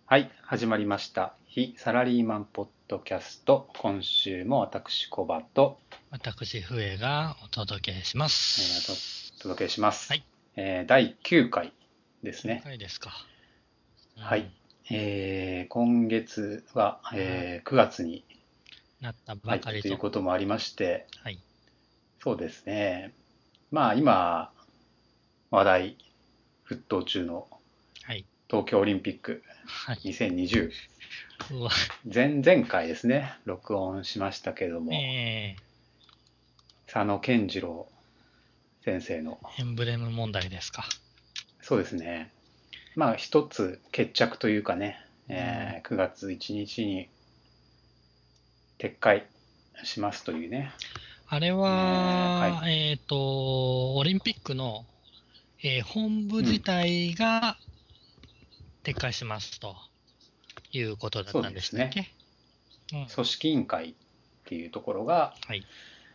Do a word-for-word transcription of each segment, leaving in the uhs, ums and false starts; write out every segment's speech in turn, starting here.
はい、始まりました。非サラリーマンポッドキャスト。今週も私、コバと、 私、笛がお届けしまえーと、 す。 お届けします。 はい。 えーだいきゅうかいです 9 ね。 回ですか。うはい。 ん。 えー今月は、 はい。 えーくがつになったば入ったというかりと。 こともありまして、 はい。 そうですね。まあ今、話題沸騰中のはい。 東京オリンピックはい。 にせんにじゅう。 うわ。 前々回ですね、録音しましたけども、 え佐野健次郎先生の、 ー、エンブレム問題ですか。 そうですね。まあ一つ決着というかね、 うん。 えーくがつついたちにに撤回しますというね、 あれえー、 は、 い。 えっと、オリンピックの、えー本部自うん、 体が撤回しますということだっそうたんでですね。 したっけ？うん。 組織委員会っていうところが、 はい。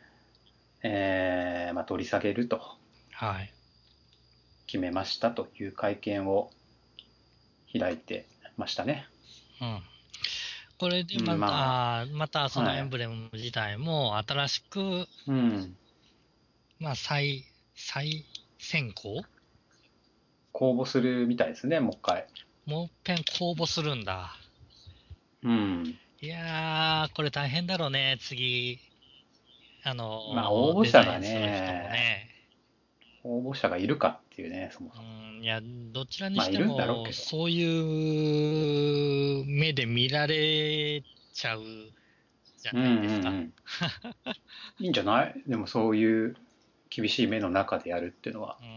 えーまあ、取り下げるとはい。 決めましたという会見を開いてましたね。 うん。これでうん、 ままた、またあ、 そのはい。 エンブレム自体も新しく、 うん、 まあ再、再選考公募するみたいですね、もう一回。 もう一遍公募するんだ。 うん。 いやー、これ大変だろうね、次。あまあ、応のー、デザイ募者がンする人もね、 ね。 応募者がいるかっていうね、そもそも。 うん、いや、どちらにまあ、 しているんだろうも、 けど。 そういう目で見られちゃうじゃうんうんうないですか。 ん。いいんじゃない？でもそういう厳しい目の中でやるっていうのは。 うん、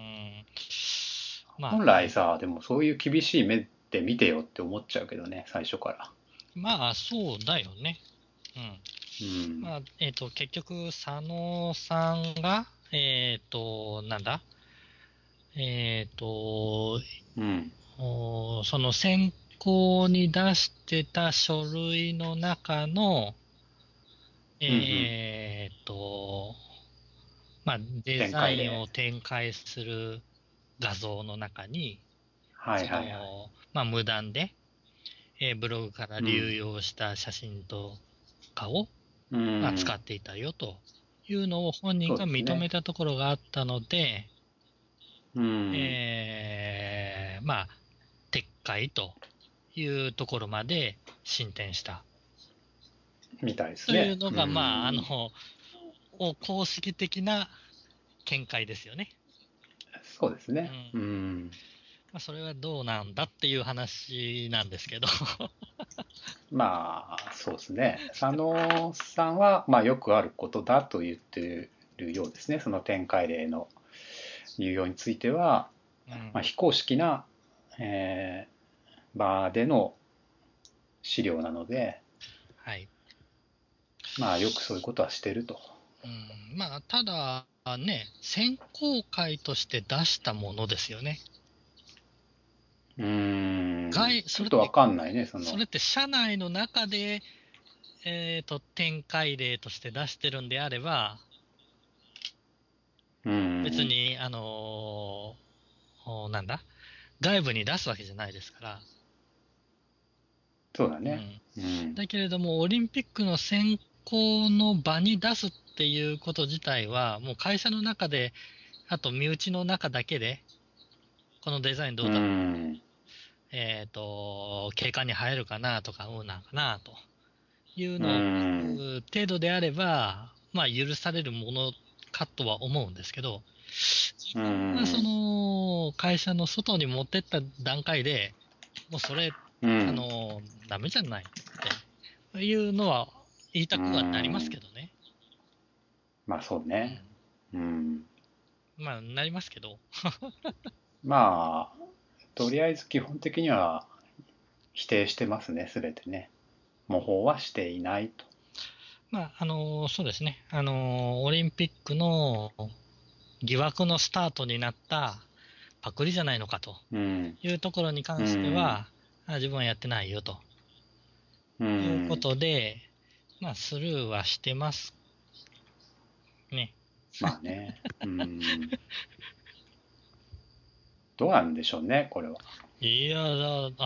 ま本あね。 来さ、でもそういう厳しい目で見てよって思っちゃうけどね、最初から。 まあ、そうだよね。うん。 うん。 まあ、えっと、結局、佐野さんが、えっと、なんだえっと、 うん。 おその選考に出してた書類の中の、 うんうん。 えっと、まあ、デ展ザイン開例。 を展開する画像の中に、そはいはいはい。 の、まあ、無断で、えーブログからうん。 流用した写真とかを、 うまあ、使ん。 っていたよというのを本人そうがですね。 認めたところがあったので、 うん。 えー、まあ、撤回というところまで進展したみたいですね。うというのが、まあ、あの、 ん。 公式的な見解ですよね。 そうですね。 うん。 うん。 まあ、それはどうなんだっていう話なんですけど。 まあ、そうですね。佐野さんは、まあ、よくあることだと言ってるようですね。その展開例の流用については、 うん。 まあ、非公式な、えー場での資料なので、 はい。 まあ、よくそういうことはしてると。 うん。まあ、ただ、ね、選考会として出したものですよね。 うーん、 外、それって、 ちょっとわかんないね、その、 それって社内の中で、えっと、展開例として出してるんであれば、 うん、 別に、あのーなんだ外部に出すわけじゃないですから。 そうだね。 うん。 うん、 だけれども、オリンピックの選考の場に出すっていうこと自体は、もう会社の中で、あと身内の中だけで、このデザインどううだ、 ん、 えっと、景観に入るかなとか、うんなんかなといううのをん、 聞く程度であれば、まあ許されるものかとは思うんですけど、自う分がそん、 の会社の外に持ってった段階で、もうそれ、あうん、 の、ダメじゃないっていうのは言いうたくはなりますん、 けどね。 まあそううね。うん、 ん。まあ、なりますけど。 まあ、とりあえず基本的には否定してますね、すべてね。模倣はしていないと。 まあ、あの、そうですね。あの、オリンピックの疑惑のスタートになったパクリじゃないのかとうん、 いうところにう関してん、 は、あ自分はやってないよとういうこん、 とで、まあ、スルーはしてますね。 まあね。うん、どうなんでしょうね、これは。 いや、あの、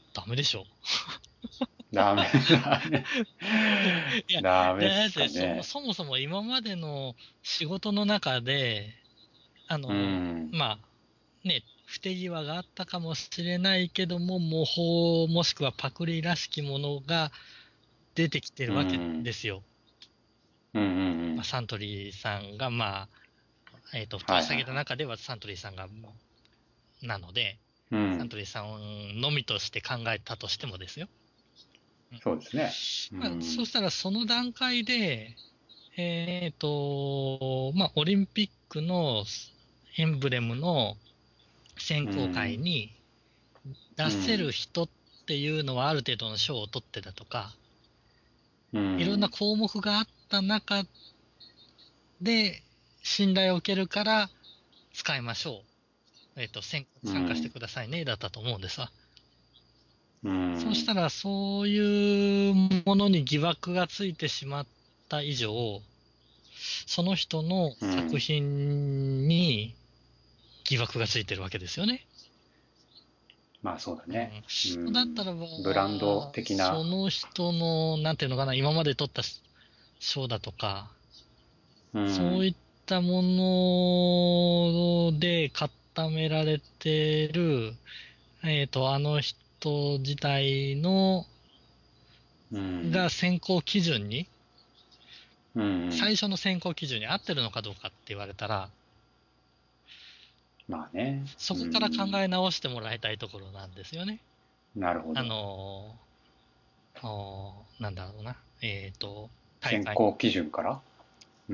ダメでしょ。 ダメ、ダメ、 いや、 ダメっだっすかてそも、 ね。 そもそも今までの仕事の中で、あうの、 ん。 まあ、ね、不手際があったかもしれないけども、模倣もしくはパクリらしきものが出てきてうるわけん。 ですよ。 うんうんうまあ、 ん。 サントリーさんが、まあ、えっと、取り下げたはいはいはい。 中ではサントリーさんが、なので、 うん。 サントリーさんのみとして考えたとしてもですよ。うんそうですね。うまあ、そん。 したらその段階で、えっと、まあ、オリンピックのエンブレムの選う考会ん。 に出せるうん。 人っていうのはある程度の賞を取ってたとか、 ういろんなん。 項目があった中で信頼を受けるから使いましょう。えっと、参参加してうん。 くださいね、だったと思うんですわ。 うそうしん。 たら、そういうものに疑惑がついてしまった以上、その人の作うん。 品に疑惑がついてるわけですよね。 まあそうだうね。うん。だっん。 たらば、 ブランド的な。 その人の、なんていうのかな、今まで取った賞だとか、 うん。 そういったもので固められてる、えっと、あの人自体の、 うん。 が選考基準に、 うん。 最初の選考基準に合ってるのかどうかって言われたら、 まあね。 そうこから考ん。 え直してもらいたいところなんですよね。あなるほど。 のー、おーなんだろうな。えっと、大会、 選考基準から。うん。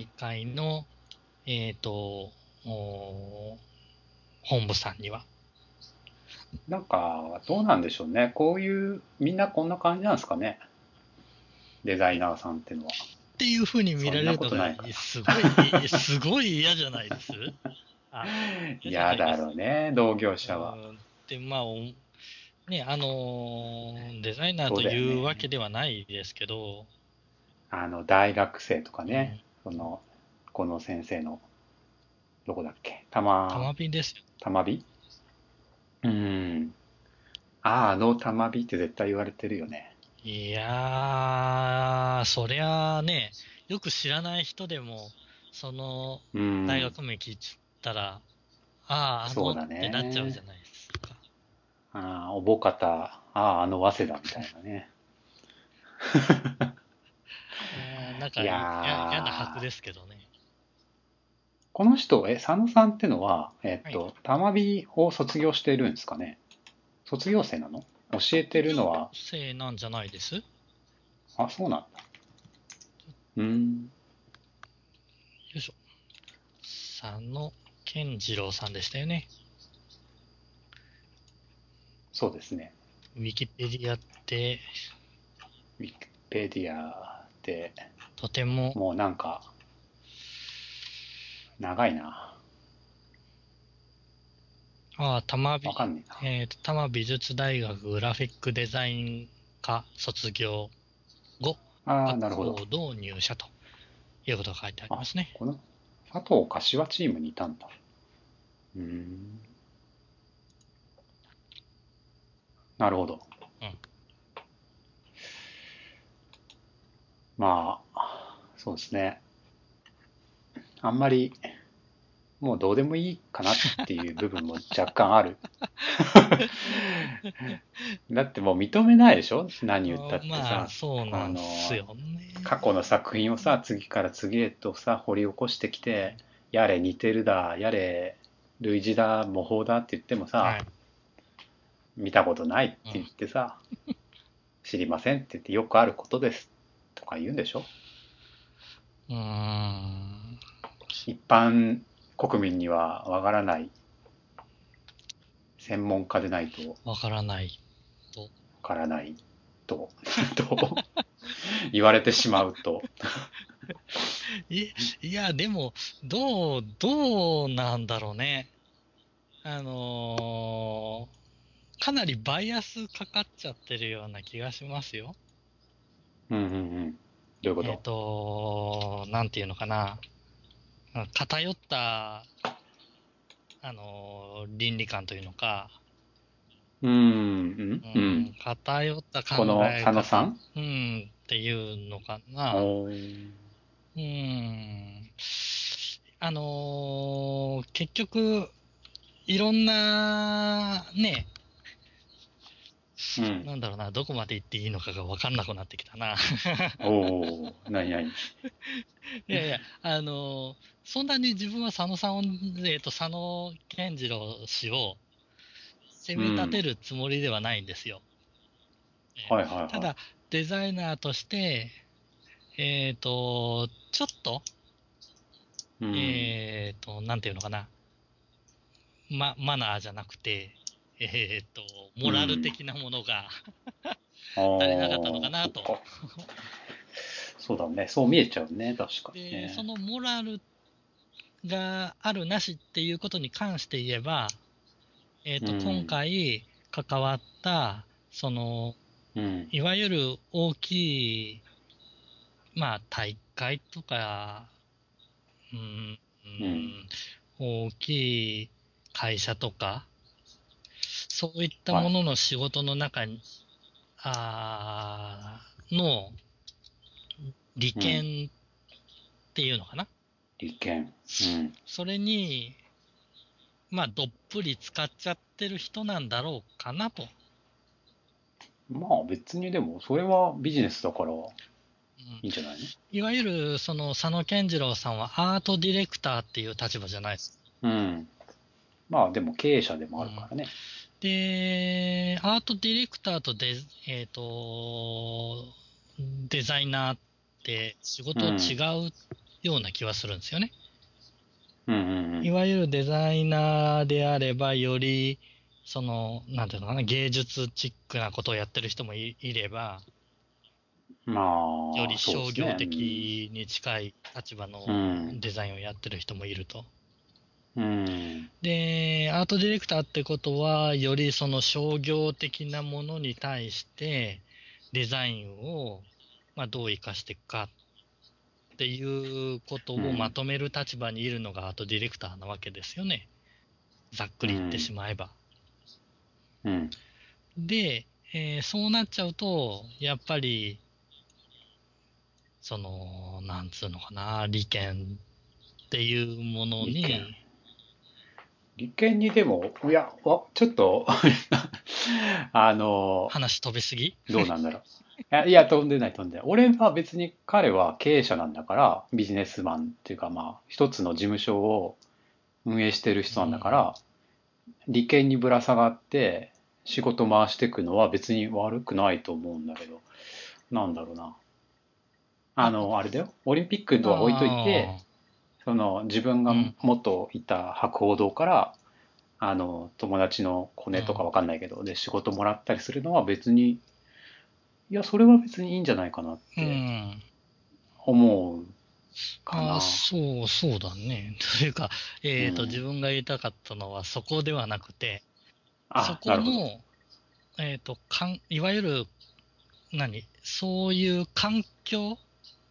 大会の、えっと、おー本部さんには。 なんか、どうなんでしょうね。こういう、みんなこんな感じなんですかね。デザイナーさんっていうのは。 っていう風に見そんなられるのが、 ことないかすごい、すごい嫌じゃないですあ、 な。 嫌じゃな嫌だいです。 ろうね、同業う者は。 ーん。で、まあ、おね、あのーデザイナーそうだよというわけね。 ではないですけど、 あの、大学生とかね。 うん。 その、この先生の、どこだっけ。たま、 玉火ですよ。 たまびうん。ああ、あのたまびって絶対言われてるよね。 いやー、そりゃあね、よく知らない人でも、そのうん。 大学名聞いちゃったら、ああ、あのっそうだてなっちゃうじね。 ゃないですか。 ああ、おぼかた、ああ、あの早稲田みたいなね。 あーなんいかいや、嫌な箔やー、 ですけどね。 この人、え、佐野さんってのは、えっはい。 と、たまびを卒業しているんですかね。卒業生なの？教えて卒業るのは、 生なんじゃないですよあ、そうなんだ。うーん、 いしょ。佐野健次郎さんでしたよね。 そうですね。 ウィキペディアって、 ウィキペディアってとても、 もうなんか長いな。 ああ、多摩美、 わかんねえな。 えーと、多摩美術大学グラフィックデザイン科卒業後、 ああ、 博なるほど。 報堂入社ということが書いてありまあ、 すね。 この佐藤柏チームにいたんだ。うーん、なるほど。 うん。 まあ、そうですね。あんまりもうどうでもいいかなっていう部分も若干ある。だってもう認めないでしょ、何言ったあってまあ、 さ。 そうなんすあの、 よね。 過去の作品をさ、次から次へとさ、掘り起こしてきて、やれ似てるだ、やれ類似だ、模倣だって言ってもさ、 はい。 見たことないってうん。 言ってさ、知りませんって言ってよくあることですとか言うんでしょ。 うーん。 一般国民にはわからない専門家でないとわわからないと。 からないと、と言われてしまうと、 い、いや、でも、どう、どうなんだろうね。あのーかなりバイアスかかっちゃってるような気がしますよ。 うんうんうん。どういうこえっと？ と、なんていうのかな。偏った、あの、倫理観というのか、 うーん、うん、 ううん。 ん、偏った考このえ方、 佐野さん。 うん、っていうのかな。 おー、 うん。あのー結局、いろんな、ね、 うん。 なんだろうな、どこまで行っていいのかが分かんなくなってきたな。 おー、なになに。 いやいや、あのーそんなに自分は佐野さんを、えっと、佐野健次郎氏を責め立てうん。 るつもりではないんですよ。えはいはいはただ、デザイナーとして、えっと、ちょっと、 い。うん。 えっと、なんていうのかな、ま、マナーじゃなくて、えっと、モラルうん。 的なものがあ足りなかったのー、 かなと。 そっか。そうだね。そう見えちゃうね。確かにで、そね。 のモラルがあるなしっていうことに関して言えば、えっと、今うん。 回関わった、その、 うん。 いわゆる大きい、まあ、大会とか、うん、ううん。 ん大きい会社とか、そういったはい。 ものの仕事の中に、あーの利うん。 権っていうのかな。 利権。うん。 それに、まあ、どっぷり使っちゃってる人なんだろうかなと。 まあ別にでも、それはビジネスだからいうん、 いんじゃないの？ いわゆる、その、佐野健次郎さんはアートディレクターっていう立場じゃないです。 うん。まあでも経営者でもあるかうん。 らね。 で、アートディレクターとデ、えっと、デザイナーって仕事違うん。 うような気はするんですよね。 うんうんいわゆるデザイナーであれば、より、その、なんていうのかな、芸術チックなことをやってる人もい、いれば、 うん。まあ、そうでより商すね。 業的に近い立場うん。うのん。 デザインをやってる人もいると。 うん。 で、アートディレクターってことは、よりその商業的なものに対して、デザインを、まあ、どう活かしていくかっていうことをまうん。 とめる立場にいるのがアートディレクターなわけですよね。ざっくり言ってうん。 しまえば。 うん。 で、えーそうなっちゃうと、やっぱり、その、なんつうのかな、利権っていうもの利権。 に、 利権にでも、いや、わちょっとあの、 話飛びすぎ。 どうなんだろう。いや、いや飛んでない飛んでない。俺は別に彼は経営者なんだから、ビジネスマンっていうかまあ、一つの事務所を運営してるう人なんだかん。 ら、利権にぶら下がって仕事回していくのは別に悪くないと思うんだけど、なんだろうな。ああ、 の、あれだよ。オリンピックとは置いといて、 ああ、 その自分がうん、 元いた博報堂から、あの、友達のコネとかうん、 わかんないけど、で、仕事もらったりするのは別に、いや、それは別にいいんじゃないかなっうてん。 思うかあ、 な。 そう、そうだね。というか、えっと、自うん。 分が言いたかったのはそこではなくて、そあ、なるほど。 この、えっと、かん、いわゆる、何、そういう環境、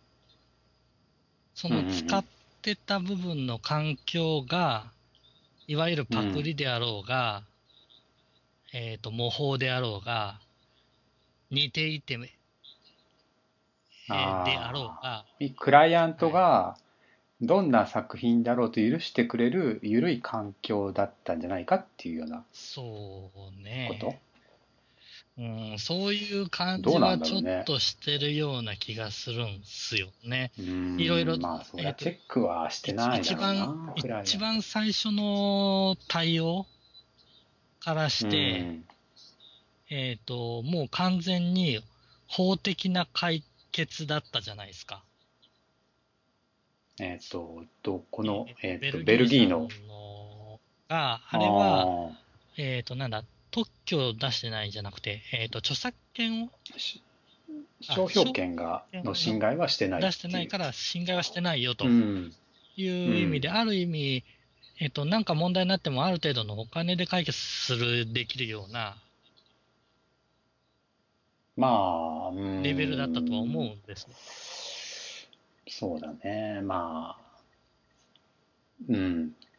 そうんうの使っんてた部分の環境が、いわゆるうん。うパクん。 リであろうが、えっと、模倣であろうが、似ていて、えーであろうあが、 あ、クライアントはい。 がどんな作品だろうと許してくれる緩い環境だったんじゃないかっていうようなそうね。 こと。 うん、そういう感どうなんじはちょっだろうね。 としてるような気がするんすよね。 うーいろいろ、 ん、まあ、そりえっと、 ゃチェックはして一ないだ一番、 ろうな、クライア一ント。 番最初の対応からうして、 ん。 えっと、もう完全に法的な解決だったじゃないですか。 えっと、どこの、 えっと、 えっと、 ベルベギーさんルギーの、 のが、 ああれは、 あ、 えっと、なんだ、特許を出してないんじゃなくて、えっと、著作権を、 しあ、 商標商権が、の侵標を害はしてないっ出してなていう。 いから侵害はしてないよとうん、 いう意味で、 うん。 ある意味、えっと、なんか問題になってもある程度のお金で解決する、できるようなまあ、うーレベルだったとは思ん、 うんですよ。 そうだね。まあ、うん。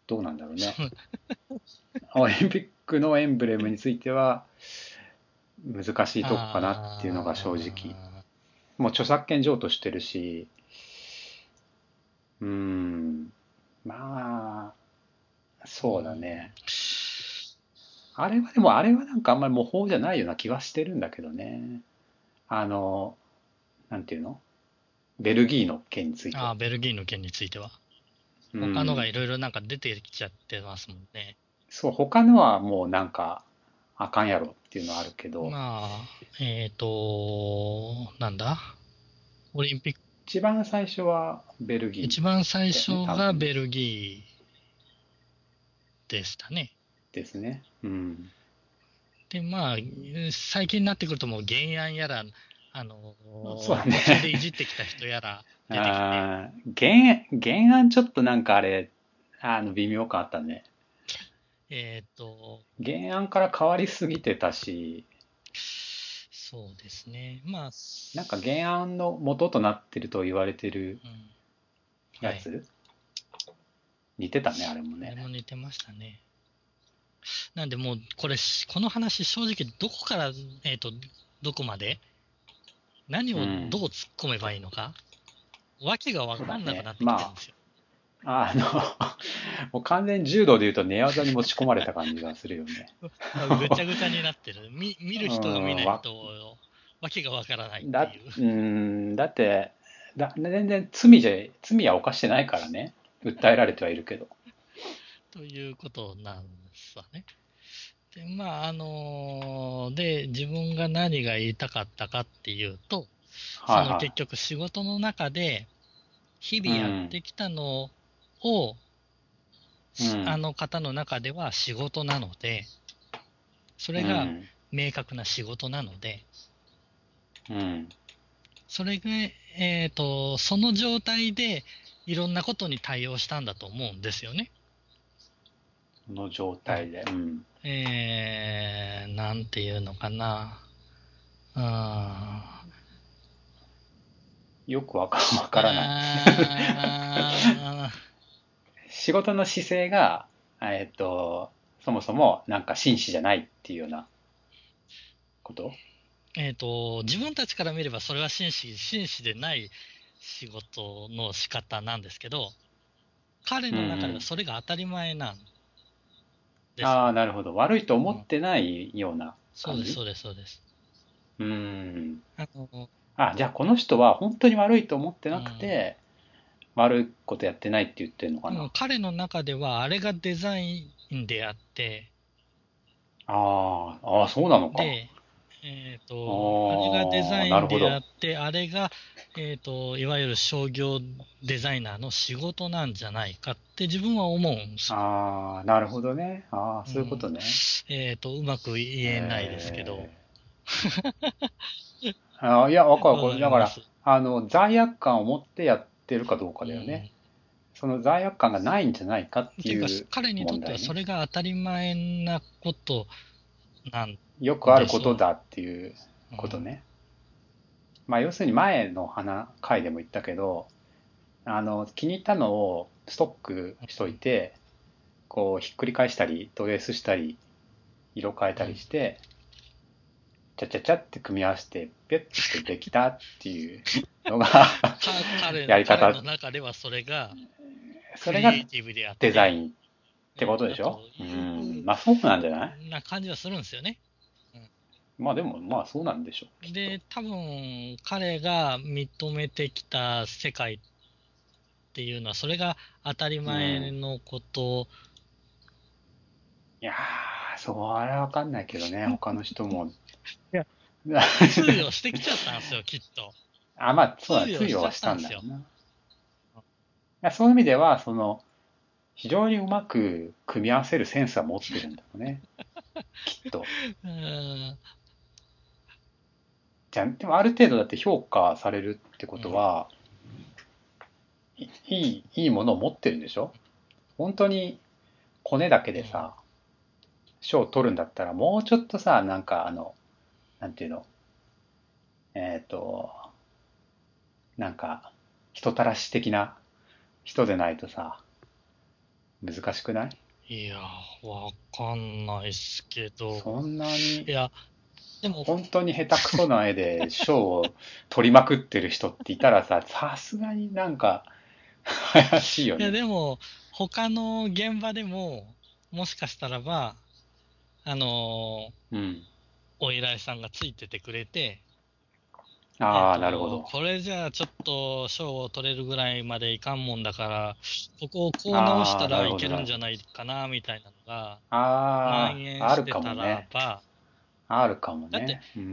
どうなんだろうね。 そう。 オリンピックのエンブレムについては難しいとこかなっていうのが正直。 あもう著作権譲渡してるし、うーん、まあ、 ー、うそうだね。 ん。 あれはでも、あれはなんかあんまり模倣じゃないような気はしてるんだけどね。あの、なんていうの、ベルギーの件については。 ああ、ベルギーの件については。 う他のがん。 いろいろなんか出てきちゃってますもんね。 そう、他のはもうなんか、あかんやろっていうのはあるけど、 まあ、えっと、なんだオリンピック、 一番最初はベルギ一番最ーだよね、 初多分ね。 がベルギーでしたね。 ですね。うん。 で、まあ、最近になってくるともう原案やら、あの、 そうだね。 途中でいじってきた人やら出てきて、 あー、原、原案ちょっとなんかあれ、あの、微妙感あったね。 えっと、 原案から変わりすぎてたし、 そうですね。まあ、 なんか原案の元となってると言われてるうん、はい。 やつ似てたね、あれもあれね。 も似てましたね。なんでもう、これ、この話正直どこから、えっと、どこまで何をどううん。 突っ込めばいいのかわけがわそうだね。 かんなくなってきてるんまですよ。 あ、あの、もう完全に柔道で言うと寝技に持ち込まれた感じがするよね。 ぐちゃぐちゃになってる。見、見るう人が見ん、わ、 ないと、わけがわからないってだ、 いう。 うん、だって、だ、全然罪じゃ、罪は犯してないからね。訴えられてはいるけど。 ということなんですわね。で、まあ、あので、自分が何が言いたかったかっていうと、そのはいは結局仕事の中で日い。う 々やっん、 てきたのを、あうん、 の方の中では仕事なので、それがうん、 明確な仕事なので、 うん。 それが、えっと、その状態でいろんなことに対応したんだと思うんですよね。 この状うん。 態で。うん。 えー、なんていうのかな。あよくわか、わーからない。 あ仕事の姿勢が、えっと、そもそもなんか紳士じゃないっていうようなこと。 ーえっと、自分たちから見ればそれは紳士、紳士でない仕事の仕方なんですけど、彼うんうの中ではん。 それが当たり前なんですああ、 よ。 なるほど。悪いと思うん。 ってないようなそうです、 感じ。 そうです、そうです。 うーん。 あの、 あ、じゃあこの人は本当に悪いと思ってなくうん。 て、悪いことやってないって言ってるのかな。 でも彼の中ではあれがデザインであって、 ああ、ああ、そうなのか。 で、えっと、あれがデザああ、 インなるほど。 であって、あれが、えっと、いわゆる商業デザイナーの仕事なんじゃないかって自分は思うんですよ。 ああ、なるほどね。ああ、そういうこうん。 とね。 えっと、うまく言えないですけど。 えー、ああ、いや、わかる。 わこれ、だから、 かります。 あの、罪悪感を持ってやってるかどうかだよね。 うん。 その罪悪感がないんじゃないかってっていうか、 いう彼にとっては問題ね。 それが当たり前なことなんよくあるでしょことだっていうう。うん。 ことね。まあ、要するに前の話、回でも言ったけど、あの、気に入ったのをストックしといて、こう、ひっくり返したり、ドレスしたり、色変えたうん。 りして、ちゃちゃちゃって組み合わせて、ピュッてできたっていうのがか、彼、 やり方。 彼の中ではそれがクそれがリエイティブであって、 デザインってこうん、 とでしょ。 だとういうん。まあそうなんじゃない。 な感じはするんですよね。 まあでも、まあそうなんでしょう、きっと。 で、多分、彼が認めてきた世界っていうのは、それが当たりうん。 前のこといやー、それはわかんないけどね、他の人も。 いや通用してきちゃったんですよ、きっと。 あ、まあそうだ、通通用しちゃ用はしたったんですよ。 んだろうな。いや、そういう意味では、その、非常にうまく組み合わせるセンスは持ってるんだろうね、きっと。 うーん、 じゃあ、でもある程度だって評価されるってこうん、 とは、いい、いいものを持ってるんでしょ。本当にコネだけうん。 でさ、賞を取るんだったら、もうちょっとさ、なんかあの、なんていうの、えっと、なんか、人たらし的な人でないとさ、 難しくない？ いや、わかんないっすけど。 そんなにいや、でも、 本当に下手くそな絵で賞を取りまくってる人っていたらさ、さすがになんか怪しいよいや、 ね。 でも、他の現場でも、もしかしたらば、あのーうん。 お依頼さんがついててくれて、えっああ、なるほと、 ど。 これじゃあちょっと賞を取れるぐらいまでいかんもんだから、ここをこう直しああ、なたらいるほど、 けるんじゃななるほど。 いかな、みたいなのが蔓ああ、 延あるかしてたもね。 らば、 あるかもだって、 ね。うん。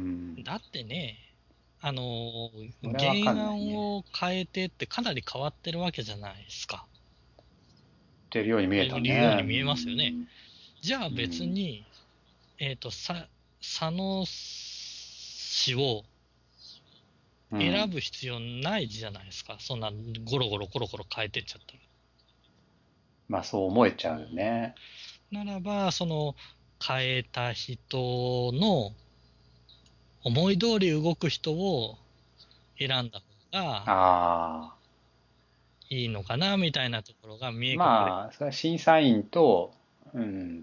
だってね、あの、 それはわか原んないね。 案を変えてってかなり変わってるわけじゃないですか。 ってるように見えたね。ういうように見えますよね。 ん。 じゃあうん。 別に、えっと、さ、佐野氏をうん。 選ぶ必要ないじゃないですか。そんなゴロゴロコロコロ変えてっちゃったまあそう思えちら。 ゃうよね。 うん、ならば、その変えた人の思い通り動く人を選んだ方がああ。 いいのかな、みたいなところが見え隠れ。 まあ、それは審査員と、うん、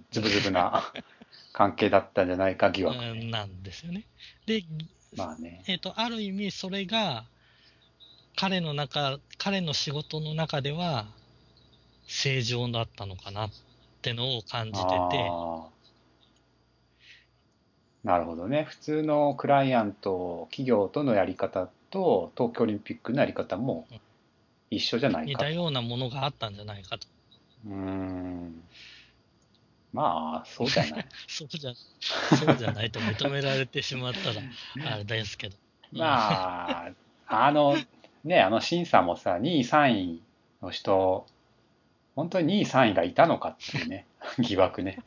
ズブズブな関係だったんじゃないか疑う惑ね。 んなんですよね。で、 まあね。 えっと、ある意味それが彼の中、彼の仕事の中では正常だったのかなってのを感じてて、 ああ、なるほどね。普通のクライアント、企業とのやり方と東京オリンピックのやり方も一緒じゃない似かと。 たようなものがあったんじゃないかと。 うーん。まあ、そうじゃない。 そうじゃ、そうじゃないと認められてしまったら、あれですけど。うん。 まあ、あの、ね、あの審査もさ、にい、さんいの人、本当ににい、さんいがいたのかっていうね、疑惑ね。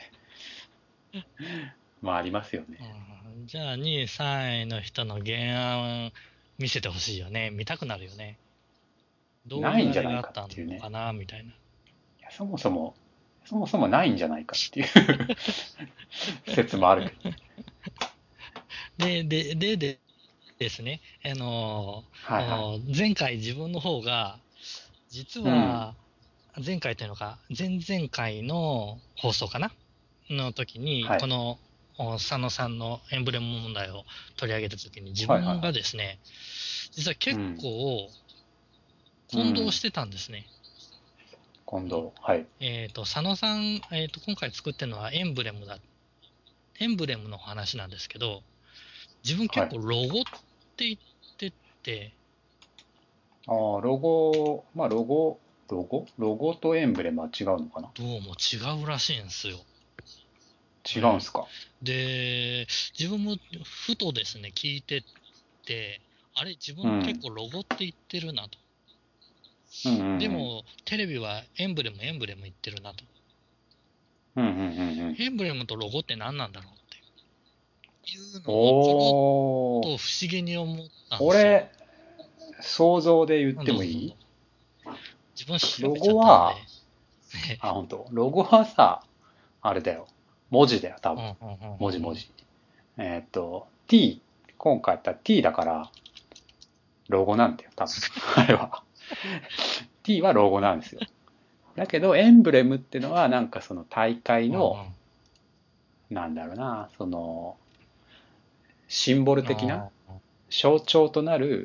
まあ、ありますよね。 うん、じゃあ、にい、さんいの人の原案見せてほしいよね。見たくなるよね。どうないうあいんじゃないかれがあったっていうね。 のかな、みたいな。 いやそもそも、そもそもないんじゃないかっていう説もあるけどね。 で、で、で、でですね、あのはいはい。 ー、前回自分の方が、実うん。 は、前回というのか、前々回の放送かなの時に、 はい。 この、お佐野さんのエンブレム問題を取り上げた時に、自分はいはいはがですね、実はい。う結ん。 構うん。 混同してたんですね。うん、 今度、はい。 えっと、佐野さん、えっと、今回作ってるのはエンブレムだ。エンブレムの話なんですけど、自分はい。 結構ロゴって言ってて、 ああ、ロゴ、まあロゴ、ロゴロゴとエンブレムは違うのかな？ どうも違うらしいんですよ。 違うん。 うんすか？ で、自分もふとですね、聞いてて、あれ、自分結うん。 構ロゴって言ってるなと。 うんうんでも、テレビはエンブレム、エンブレム言ってるなと。 うん。うんうんうんうん。 エンブレムとロゴって何なんだろうっていうのをちょろっおー、 と不思議に思ったんですよ。 俺、想像で言っうん、 てもいい？ どうぞどうぞ。自分調ロべちゃゴは、 ったんで。ね。 あ、本当。ロゴはさ、あれだよ。文字だよ、多分。 うん、うん、うん、うん。うん、 文字文字。えーっと、T、今回やったら T だから、ロゴなんだよ、多分。あれは。T はロゴなんですよ。だけど、エンブレムってのは、なんかその大会うん、うの、 ん。 なんだろうな、その、シンボル的なああ、 象徴となる、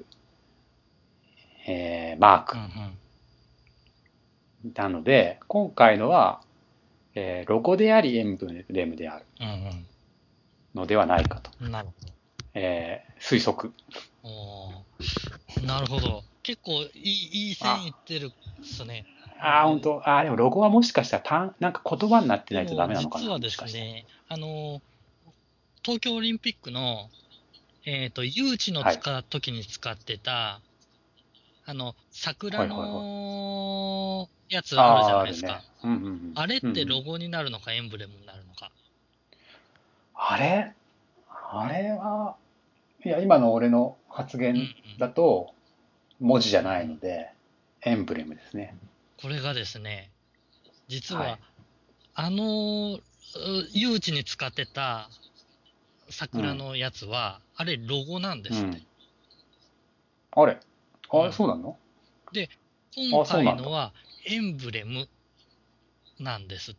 えーマーク。 うん、うん。 なので、今回のは、えーロゴでありエンブレムであるうんのではないかと、 うん。なるほど。 えー推測。 おー、なるほど。結構いい、いい線いっあ、 てるっすね。 あー、本で、 当。あー、でもロゴはもしかしたら単、なんか言葉になってないとダでもメなのかな、 実はでもしかしたら。 すね、あの、東京オリンピックの、えっと、誘致のはい。 使う時に使ってた、あの、桜はいはいはい。 のやつあるじゃああ、 ないですか。 あるね。うんうんうん。 あれっうんうん。 てロゴになるのかエンブレムになるのか。 あれあれは、いや、今の俺の発うんう言ん。 だと、文字じゃうんうん。 ないので、エンブレムですね。 これがですね、実はい。 は、あの、う誘致に使ってたうん。 桜のやつは、あれロゴなんですって。 うん。あれあれ、 うん。 そうなの？ で、今あ、そうなんだ。 回のはエンブレムなんですって。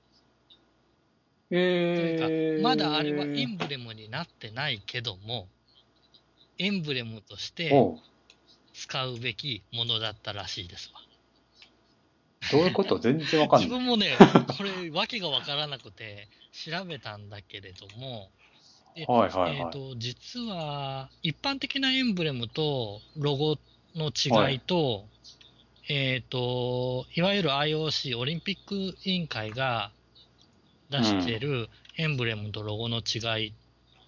というか、まだあれはエえー、 ンブレムになってないけども、エンブレムとしておう、 使うべきものだったらしいですわ。 どういうこと全然わかんない。 自分もね、これ、わけがわからなくて調べたんだけれども、で、 はいはいはえっと、実は、一般的なエンブレムとロゴのい。はい。 違いと、えっと、いわゆる アイオーシー、オリンピック委員会が出していうん。 るエンブレムとロゴの違い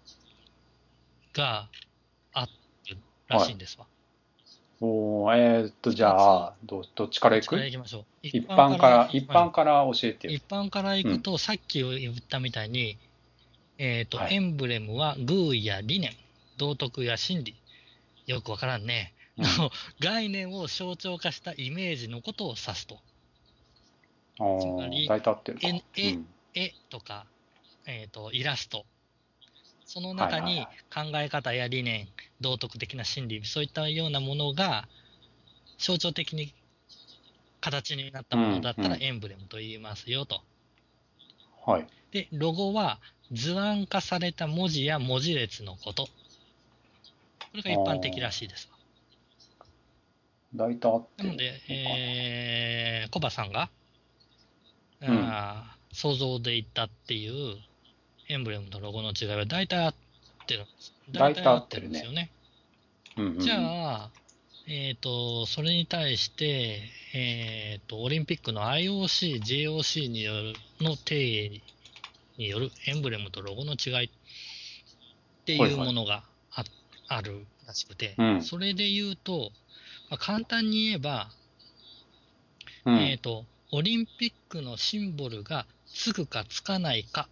があるらはい。 しいんですわ。 おー、えーっと、じ二つ、 ゃあ、ど、どっちからどっちから行く？ 行きましょう。一一般から般から、 行きましょう。 一般から教えてよ。 一般から行うん。 くと、さっき言ったみたいに、えっと、 はい。 エンブレムは寓意や理念、道徳や真理、よくわからんね。 うん。 の概念を象徴化したイメージのことを指すと。 あー、 つまり、 大体合ってるか。 絵、絵、 うん。 絵とか、えっと、イラスト。その中にはいはいはい。 考え方や理念、道徳的な心理、そういったようなものが象徴的に形になったうものだんうん。 ったらエンブレムと言いますよと。 はい。 で、ロゴは図案化された文字や文字列のこと。これがあ一般的らー、 しいですわ。 大体合ってるなので、 のかえー、コバさんが、 な。うん。 あー想像で言ったっていうエンブレムとロゴの違いは大体合ってるんです。大大体合体合ってってるね。 るんですよね。 うんうんうじゃん。 あ、えっと、それに対して、えっと、オリンピックの アイオーシー、ジェイオーシー による、の定義によるエンブレムとロゴの違いっていうはいはい。 ものがあ、あるらしくて、 うん。 それで言うと、まあ、簡単に言えば、 うん。 えっと、オリンピックのシンボルがつくかつかないか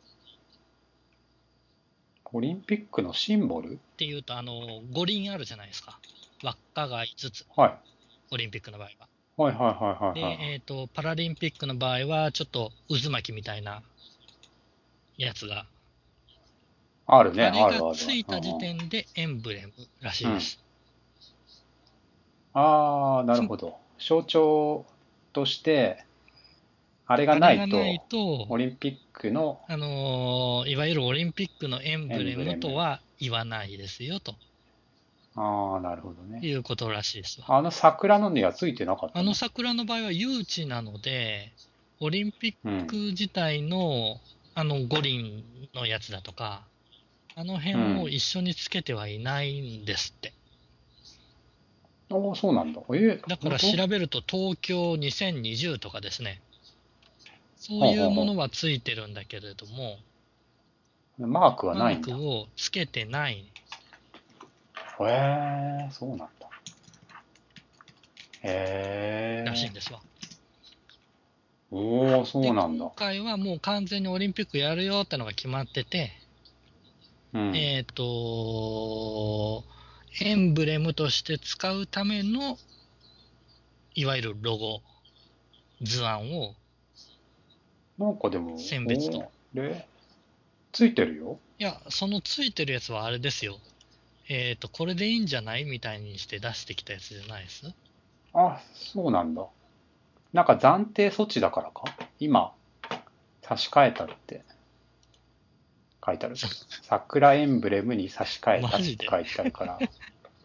オリンピックのシンボル？ っていうと、あの、五輪あるじゃないですか。輪っかがいつつ、 はい。 オリンピックの場合は。 はいはいはいはいで、 はえっと、パラリンピックの場合は、ちょっと渦巻きみたいなやつが、 い。あるね、 あれあるがつあるある。うんいた時点でエンブレムらしうん。うん。 いです。 ああ、なるつほど。象徴として、あれがなあれがないいと、 と、 オリンピックのあのーいわゆるオリンピックのエンエブレムとンブレム。 は言わないですよ、とああ、なるほどね。 いうことらしいですわ。 あの桜の根はついてなかっあのたの？ 桜の場合は誘致なので、オリンピッうん。 ク自体のあの五輪のやつだとか、あのうん。 辺を一緒につけてはいないんですって。 ああ、そうなんだ。ええ、 だから本当？ 調べると東京にせんにじゅうとかですね。そうほういうもほうほのはついてるんだけれども、 う。マークはマーないんだ。 クをつけてないへえ、そうなんだ。へらしいんえ。 ですわ。 おお、そで、 うなんだ。 今回はもう完全にオリンピックやるよってのが決まってて、 うん。 えっと、エンブレムとして使うための、いわゆるロゴ、図案をなんかでも、 選別と。 おー、で、ついてるよ。 いや、そのついてるやつはあれですよ。えっと、これでいいんじゃないみたいにして出してきたやつじゃないです。 あ、そうなんだ。なんか暫定措置だからか。今、差し替えたって書いてあるけど。桜エンブレムに差し替えたっマジでて書いてあるから、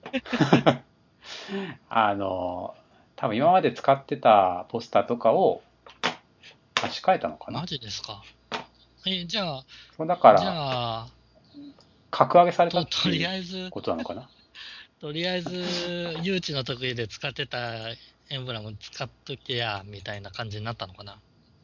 あの、多分今まで使ってたポスターとかを差し替えたのかな。 マジですか？え、じゃあ、 そうだかじら、 ゃあ、 格上げされたと、とりっていうあえず、 ことなのかな。 とりあえず、誘致の時で使ってたエンブラム使っとけや、みたいな感じになったのかな。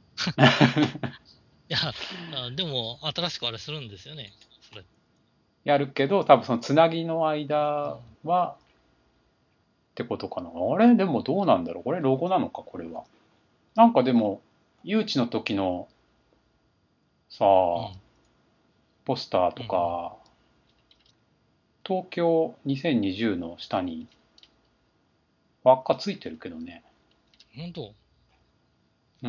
いや、あでも、新しくあれするんですよね。それ。 やるけど、多分そのつなぎのうん、 間は、ってことかな。あれでもどうなんだろう。これロゴなのか、これは。なんかでも、誘致の時のさあ、 うん、 ポスターとうん、うん。 か、東京にせんにじゅうの下に輪っかついてるけどね。 本当？ うん。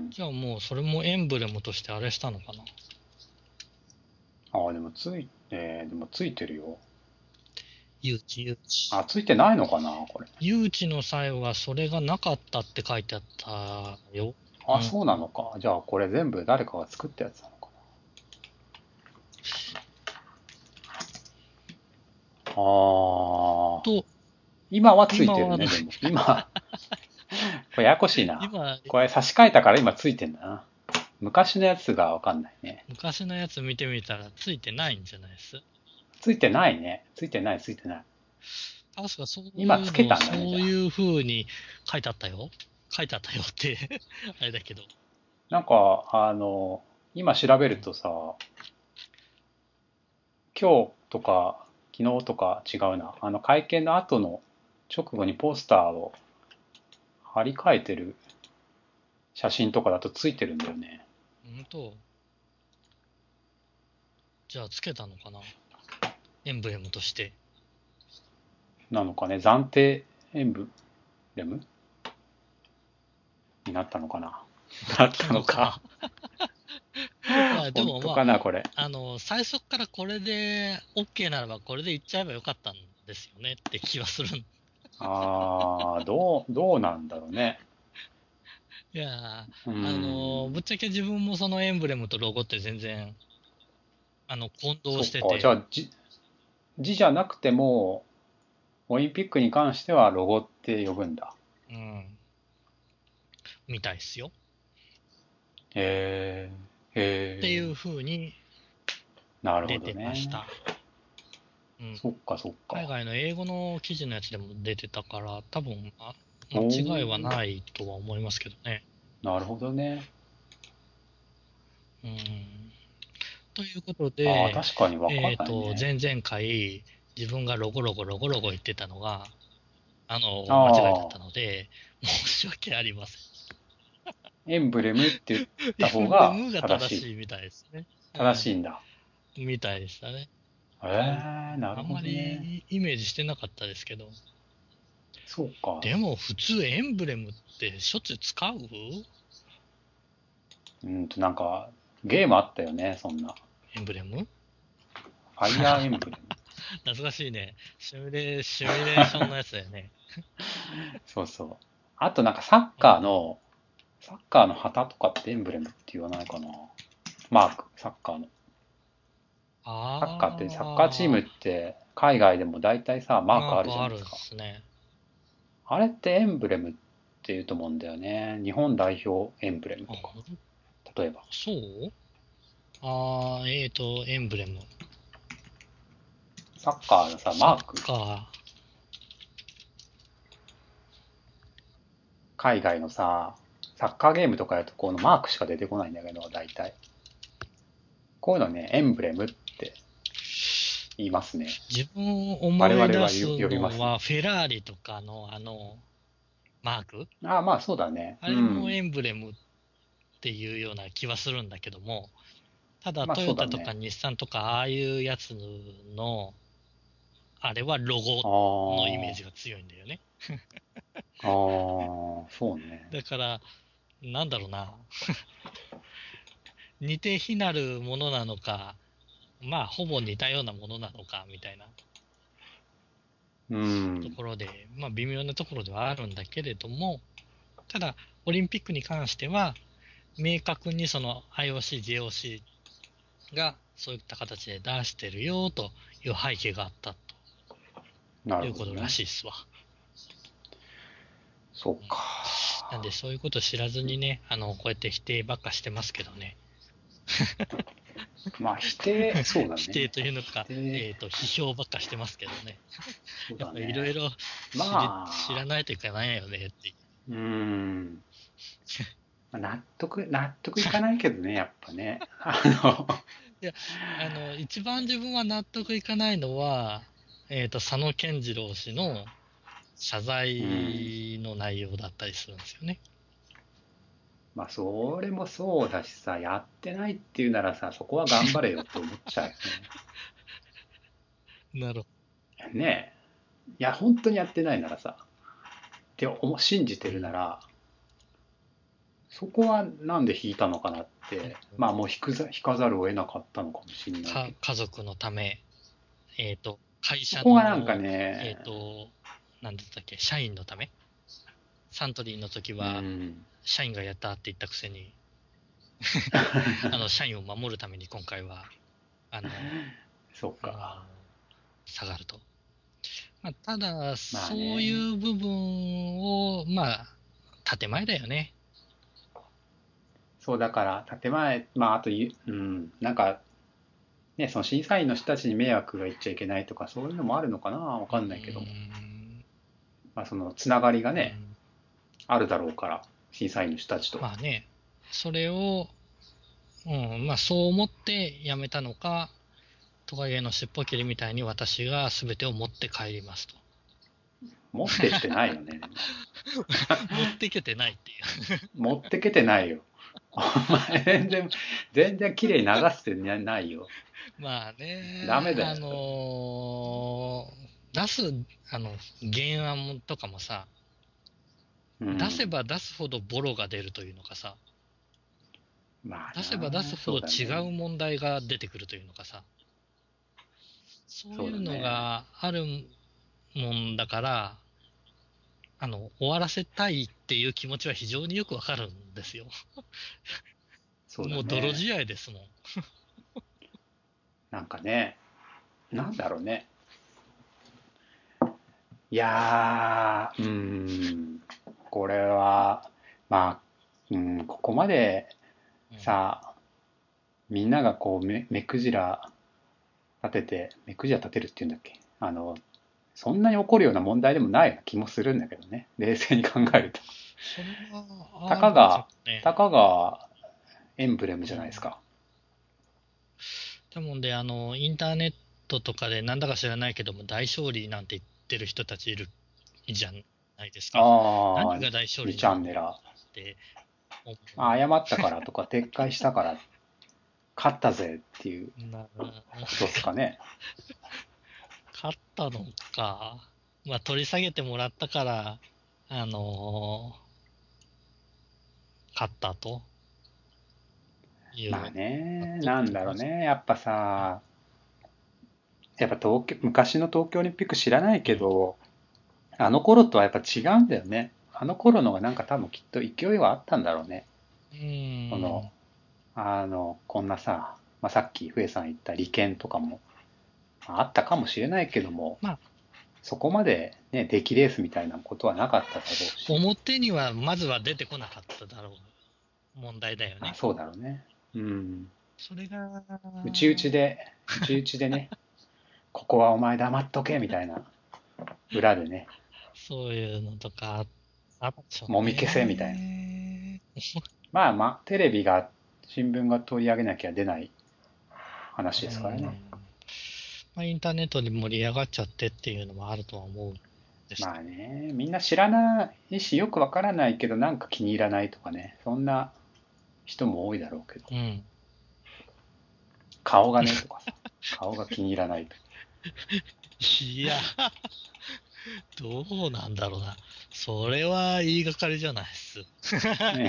じゃあもう、それもエンブレムとしてあれしたのかな。 ああ、でもつい、えーでもついてるよ。 誘致、誘致。 あ、ついてないのかな、これ。 誘致の際はそれがなかったって書いてあったよ。 あ、 うん。 そうなのか。じゃあこれ全部誰かが作ったやつなのかな。ああ、 と、 今はつい今はない。 てるね、でも。今、これややこしいな。 今、 これ差し替えたから今ついてんだな。昔のやつがわかんないね。 昔のやつ見てみたらついてないんじゃないです。 ついてないね。ついてない、ついてない。 確かそう今つけいうの、 たんだね、じゃあ。 そういう風に書いてあったよ。書いてあったよってあれだけど。 なんか、あの、今調べうん。 るとさ、今日とか昨日とか違うな。あの会見の後の直後にポスターを貼り替えてる写真とかだとついてるんだよね。 うんと、じゃあつけたのかな、エンブレムとして。 なのかね、暫定エンブレムになったのかな。なっなったたのか。 のか。いや、で本もまあ、 当かな、これ。 あの、最初からこれで OK ならばこれでいっちゃえばよかったんですよねって気はする。 ああ、どう、どうなんだろうね。 いや、 うーあの、ぶっん。 ちゃけ自分もそのエンブレムとロゴって全然、あの、混同そっか。じしてて、 ゃあ、字、字じゃなくても、オリンピックに関してはロゴって呼ぶんだ。 うん、みたいっすよ。 へえ、 っていうへえ。 風になるほ出てましどね。 た。うん。 そっか、そっか。 海外の英語の記事のやつでも出てたから、多分、あ、 お間違いはー、 ないとは思いますけどね。 なるほどね。 うん。ということああ、 で、 確かにわかんえっと、 ないね。 前々回、自分がロゴロゴロゴロゴ言ってたのが、あの、間違いだったああ、 ので、申し訳ありません。 エンブレムって言った方エンブレがムが正しい。 正しいみたいですね。う正しいんだ。 ん。みたいでしたね。 へうん。 え、なるほあんまどね。 りイメージしてなかったですけど。 そうか。 でも普通エンブレムってしょっちゅう使う。 うんと、なんか、ゲームあったよね、そんな。 エンブレム。 ファイヤーエンブレム。 懐かしいね。シミュレー、シミュレーションのやつだよね。 そうそう。あとなんかサッうん。 カーの、サッカーの旗とかってエンブレムって言わないかな。マーク、サッカーの。サッカーって、サッカーチームっあて海外でも大体さ、 ー、 マークあるマークあるんでじゃないですか。 すね。 あれってエンブレムって言うと思うんだよね。日本代表エンブレムあ、 とか。 ほん例えば。 そうあー、えーと、エンブレム。 サッカーのさ、 サッマーク。 カ海外のさ、サッカーゲームとかやるとこのマークしか出てこないんだけど、大体。こういうのね、エンブレムって言いますね。 ー。自分我思い出す 々は呼びますね。 のは、フェラーリとかのあの、マークああ、まあそうだね。 あれもうん。 エンブレムっていうような気はするんだけども、ただまあトヨタとかそうだね。 日産とかああいうやつの、あれはロゴあのイメーあ、 ジが強いんだよね。 ああ、そうね。 だから、なんだろうな。似て非なるものなのか、まあ、ほぼ似たようなものなのか、みたいなうとん。 ころで、まあ、微妙なところではあるんだけれども、ただ、オリンピックに関しては、明確にその アイオーシー、ジェーオーシー がそういった形で出してるよという背景があったなということらるほどね。 しいですわ。 そううん、なんで、 か。 そういうこと知らずにね、あの、こうやって否定ばっかしてますけどね。 まあ否定、そうだ否定ね。 というのか、 否定、 えっと、批評ばっかしてますけどね。 そうやっぱいろいだね。 ろ知り、知らまあ、 ないといけないよねっていう。 うん。納得、納得いかないけどね、やっぱね。あの、 いや、あの、一番自分は納得いかないのは、えっと、佐野健次郎氏の謝うん。 罪の内容だったりするんですよね。 まあ、それもそうだしさ、やってないっていうならさ、そこは頑張れよって思っちゃうよね。 なるほねえ。いや、本当にやってないならさ、って思信じてど。うん。 るなら、そこはなんで引いたのかなって、まあもう引くざ、引かざるを得なかったのかもしれないか、 けど、 家族のため、えっと、会そ社こがなんかの、えっね、 と、なんだったっけ、社員のため。サントリーの時うは、 ん、 社員がやったって言ったくせに、あの、社員を守るために今回は、あの、 そうあのか。 下がると。まあ、ただ、 まあそうね。 いう部分を、まあ、建前だよね。 そうだから建前、まああとゆ、うん、なんかね、その審査員の人たちに迷惑がいっちゃいけないとかそういうのもあるのかな、わうーかんないけども、 ん。 まあそのつながりがね、 うん。 あるだろうから、審査員の人たちと。 まあね、それを、うん、まあそう思って辞めたのか、トカゲの尻尾切りみたいに私が全てを持って帰りますと。 持ってってないよね。 持ってけてないっていう。 持ってけてないよ。お前全然、全然綺麗に流してないよ。 まあね、あダメだよ。 のー出す、あの、原案とかもさ、 うん。 出せば出すほどボロが出るというのかさ、 まあ出せば出すな、そうだほど違うね。 問題が出てくるというのかさ、そうそういうのだね。 があるもんだから、あの、終わらせたいっていう気持ちは非常によくわかるんですよ。 そうだもう泥ね。 仕合ですもん。 なんかね、なんだろうね。いやー、うーん、これは、まあ、うん、ここまでうん。 さ、みんながこう目、目くじら立てて、目くじら立てるっていうんだっけ、あの、そんなに起こるような問題でもないような気もするんだけどね。冷静に考えると。 それはたあるかもかが、たね。 かがエンブレムうん。 じゃないですか。 だもんで、あの、インターネットとかでなんだか知らないけども、大勝利なんて言ってる人たちいるじゃないですか。何ああ、 が大勝に利なのっチャンネラ。 て思あ、謝ったからとか、撤回したから、勝ったぜっていうう。な、 ことですかね。 勝ったのか。まあ、取り下げてもらったから、あのー勝ったという。 まあね、 納なん得できます。 だろうね。やっぱさ、やっぱ東京、昔の東京オリンピック知らないうん。 けど、あの頃とはやっぱ違うんだよね。あの頃のがなんか多分きっと勢いはあったんだろうね。 うーん。 その、あの、こんなさ、まあ、さっき笛さん言った利権とかもまああったかもしれないけども、 まあ、 そこまでね、出来レースみたいなことはなかっただろうし、 表にはまずは出てこなかっただろう問題だよあ、 ね。 そうだろうね。うん。 それが、 内々で、内々でね、ここはお前黙っとけみたいな、裏でね、 そういうのとかあったでしょうもみ消せみたいな。 ね。 まあまあ、テレビが、新聞が取り上げなきゃ出ない話うですからね。 ん。まあ、インターネットで盛り上がっちゃってっていうのもあるとは思うんですけまあね、みんな知らないし、よくわからないけど、なんか気に入らないとかね、そんな人も多いだろうけど、 ど。うん。 顔がねとかさ、顔が気に入らないとか。 いや、どうなんだろうな。それは言いがかりじゃないっす。 ね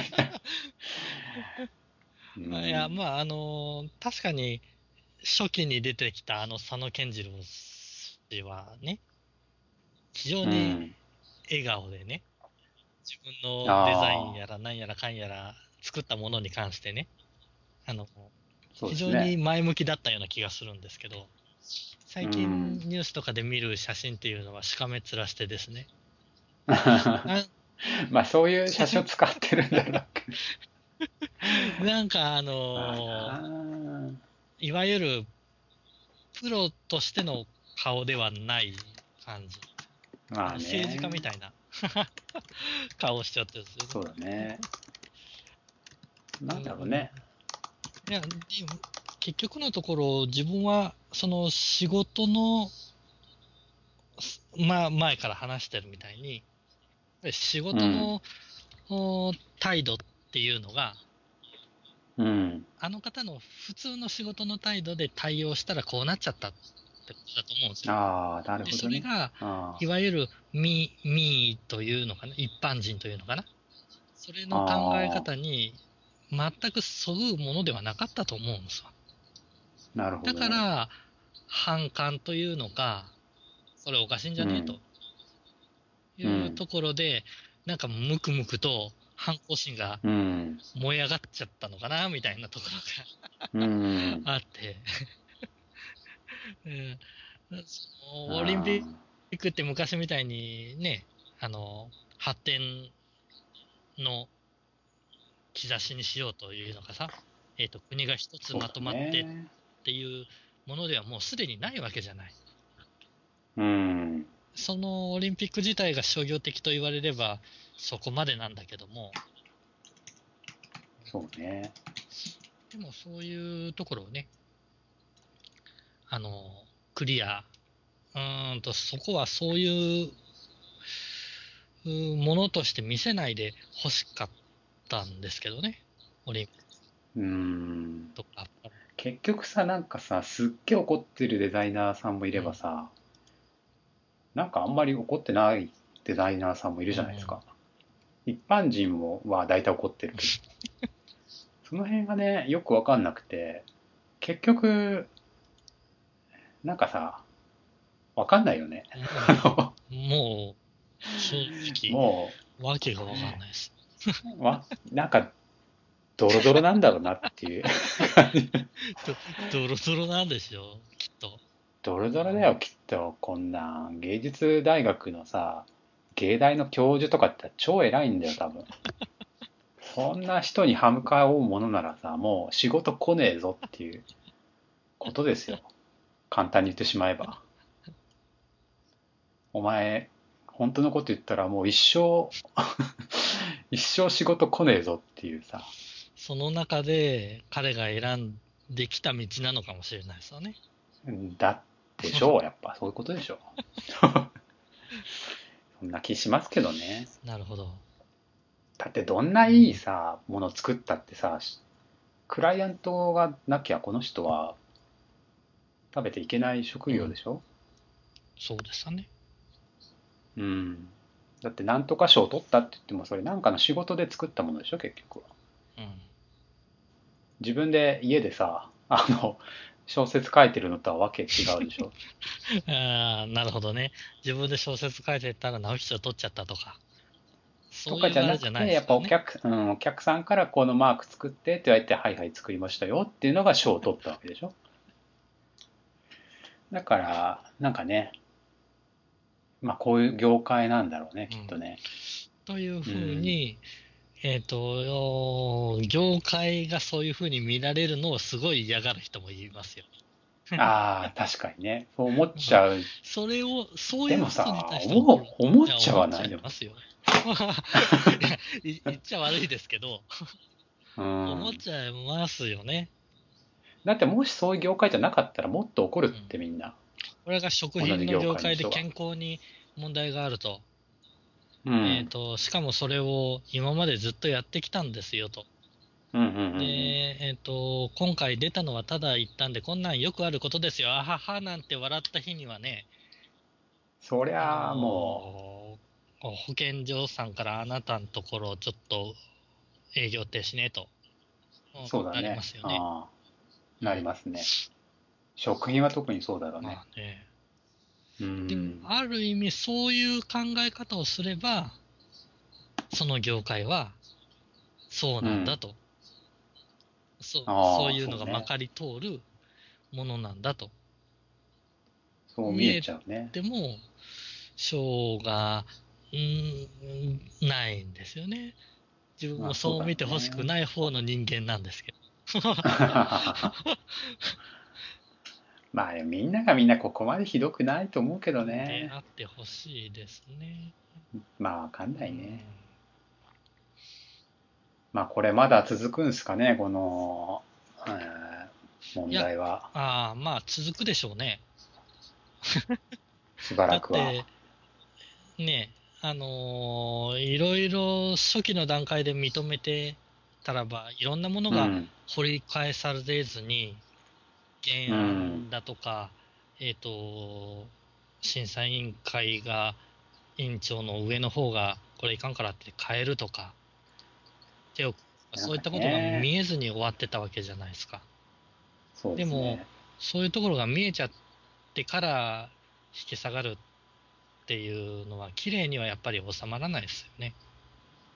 うまあいや、 ん、 まあ、あのー確かに、初期に出てきたあの佐野健次郎氏はね、非常にうん。 笑顔でね、自分のデザインああ、 やら何やらかんやら作ったものに関してね、あの、非常にそうですね。 前向きだったような気がするんですけど、 う最近ん。 ニュースとかで見る写真っていうのはしかめ面してですね、な、 まあそういう写真を使ってるんだろうけど。 なんかあまあのないわゆるプロとしての顔ではない感じ。 あ。まあなんか政治家みね。 たいな顔しちゃってるんですよね。 そうだね。 うなんだろうん。 ね。 いや、でも結局のところ、自分は、その仕事の、すまあ、前から話してるみたいに、仕うん。 事のお態度っていうのが、 うん。 あの方の普通の仕事の態度で対応したらこうなっちゃったってことだと思うんですよ。 ああ、なるで、 ほどね。 それが、 あいわゆる民、民意というのかな、一般人というのかな。それあ。 の考えああ。 方に全くそぐうものではなかったと思うんですわ。 なるほだかど。 ら、反感というのか、それおかしいんじうん。 ゃねえというん。 うところで、なんかムクムクと、 反抗心がうん。 燃え上がっちゃったのかな、みたいなところうん。 があって、うんそのオリンピあックって昔みたいにね、あの、発展の兆しにしようというのかさ、えっと、国が一ーそうだつまとまってっね。 ていうものではもうすでにないわけじゃない。 うん。 そのオリンピック自体が商業的と言われればそこまでなんだけども、 そうね。 でもそういうところをね、あの、クリア、うーんと、そこはそういううものとして見せないで欲しかったんですけどね。オリンピッうん。 クとか。 結局さ、なんかさ、すっげえ怒ってるデザイナーさんもいればうん。 さ、なんかあんまり怒ってないデザイナーさんもいるうんうん。 じゃないですか。一般人もは大体怒ってるけど、その辺がね、よくわかんなくて、結局、なんかさ、わかんないよね。 もう、もう、正直、 もわけがわかんないです。 う、わ、なんか、ドロドロなんだろうなっていう感じ。 とドロドロなんでしょう、きっと。 ドロドロだよ、きっと。こんなん、芸術大学のさ、芸大の教授とかって超偉いんだよ、多分。そんな人に歯向かおうものならさ、もう仕事来ねえぞっていうことですよ。簡単に言ってしまえば。お前、本当のこと言ったらもう一生、一生仕事来ねえぞっていうさ。 その中で彼が選んできた道なのかもしれないですよね。 だってしょう、やっぱそういうことでしょう。そんな気しますけどね。 なるほど。 だってどんないいさ、もの作ったってさ、クライアントがなきゃこの人は食べていけない職うん。 業でしょ。 そうでしたね。 うん。だってなんとか賞を取ったって言ってもそれなんかの仕事で作ったものでしょ、結局は。 うん。 自分で家でさ、あの、小説書いてるのとはわけ違うでしょ。 ああ、なるほどね。自分で小説書いてたら直木賞取っちゃったとか。そうとかじゃいうあれじゃないなくて、やっですからね。 ぱお客、うん、お客さんからこのマーク作ってって言われて、はいはい作りましたよっていうのが賞を取ったわけでしょ。だから、なんかね、まあこういう業界なんだろうね、 うん。 きっとね。 というふううん。 に、えっと、業界がそういうふうに見られるのをすごい嫌がる人もいますよ。 ああ、確かにね。そう思っうん。 ちゃう。 それを、そうでいうことにもさ、 対して怒る。 思う、思いや、 っちゃ思っちゃわないでも。 いますよ。いや、い言っちゃ悪いですけど、 うん。 思っちゃいますよね。 だってもしそういう業界じゃなかったらもっと怒るっうん。 てみんな。 これが食品の同じ業業界で界の人が。 健康に問題があると。 うん。 えっと、しかもそれを今までずっとやってきたんですよと。 うんうんうんうで、 ん。 えっと、今回出たのはただ言ったんで、こんなんよくあることですよ。あははなんて笑った日にはね、 そりあゃあものー保健所さんからあなたのところちょっと営業停止ねと、うう、 んなりまそうだね。 すよね。 ああ、なりうん。 ますね。食品は特にそうだろうね。 まあね。 うでも、 ん。 ある意味そういう考え方をすれば、その業界はそううん。 なんだと。そう、そうああ、 いうのそうね。 がまかり通るものなんだと。 そう見え見えちゃうね。 ても、しょうが、うーん、ないんですよね。自分まあもそうだろうそう見てほしくね。 ない方の人間なんですけど。 まあみんながみんなここまでひどくないと思うけどでね。 あってほしいですね。 まあわかんうないね。 ん。 まあこれまだ続くんすかね、この、えー問いや、 題は。 ああ、まあ続くでしょうね。 しばだらくは。 って、ね、あのーいろいろ初期の段階で認めてたらば、いろんなものがうん。 掘り返されずに、 うん。 原案だとか、えっと、審査委員会が、委員長の上の方が、これいかんからって変えるとか、手を、 なんかそういったことがね、 見えずに終わってたわけじゃないですか。 そうででも、 すね。 そういうところが見えちゃってから引き下がるっていうのは、綺麗にはやっぱり収まらないですよね。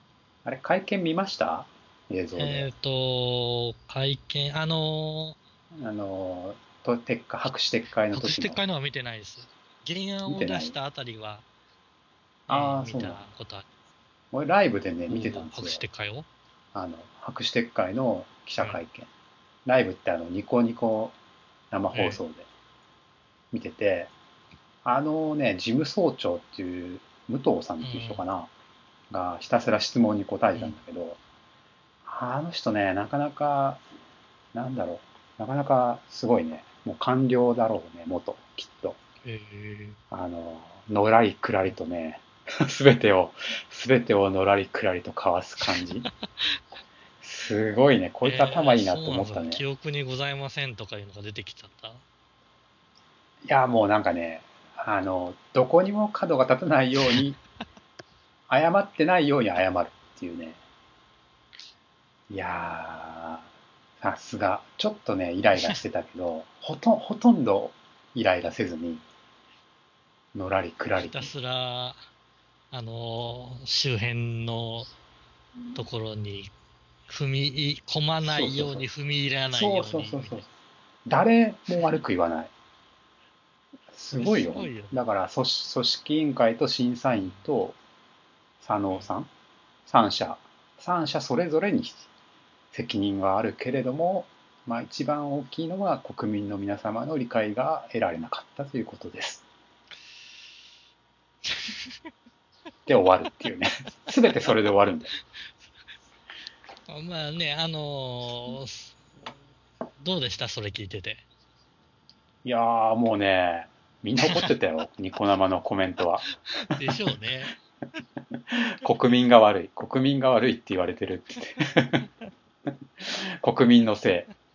あれ、会見見ました？映像で。 えっと、会見、あのあの、と、撤回、白紙撤回ー、白の時の。 紙撤回のは見てないです。原案見てない？ を出したあたりは、えああ、 ー見たそうなんだ。 ことある。 俺、ライブでね、見てたおお、白んですよ。 紙撤回を。 あの、白紙撤回の記者はい。 会見。ライブってあの、ニコニコ生放え送で見てて、あのね、事務総長っていう、武藤さんー、うっていう人ん、 かな、がひたすら質問に答えたんうん。 だけど、あの人ね、なかなか、なんだろう、なかなかすごいね、もう官僚だろうね、元、きっと。 えー、 あの、のらりくらりとね、すべてを、すべてをのらりくらりとかわす感じ。すごいね、こいつ頭えー、 いいなとそうなんですか。 思ったね。 記憶にございませんとかいうのが出てきちゃった。 いや、もうなんかね、あの、どこにも角が立たないように、謝ってないように謝るっていうね。いやー、さすが。ちょっとね、イライラしてたけど、ほとん、ほとんどイライラせずに、のらりくらりとね。 ひたすら、あのー周辺のところに踏み込まないようそうそうそう。 に踏み入らないそうように、 そうそうそう。 みたい誰も悪く言わない。 な。それすごいよ、 すごいよね。 だから組織、組織委員会と審査員と佐うん。 野さん、三者、三者それぞれに責任はあるけれども、まあ一番大きいのは国民の皆様の理解が得られなかったということです。で終わるっていうね。すべてそれで終わるんだよ。 まあね、あのーどうでしたそれ聞いてて。 いやーもうね、みんな怒ってたよ。ニコ生のコメントは。 でしょうね。 国民が悪い。国民が悪いって言われてるって言って。国民のせい。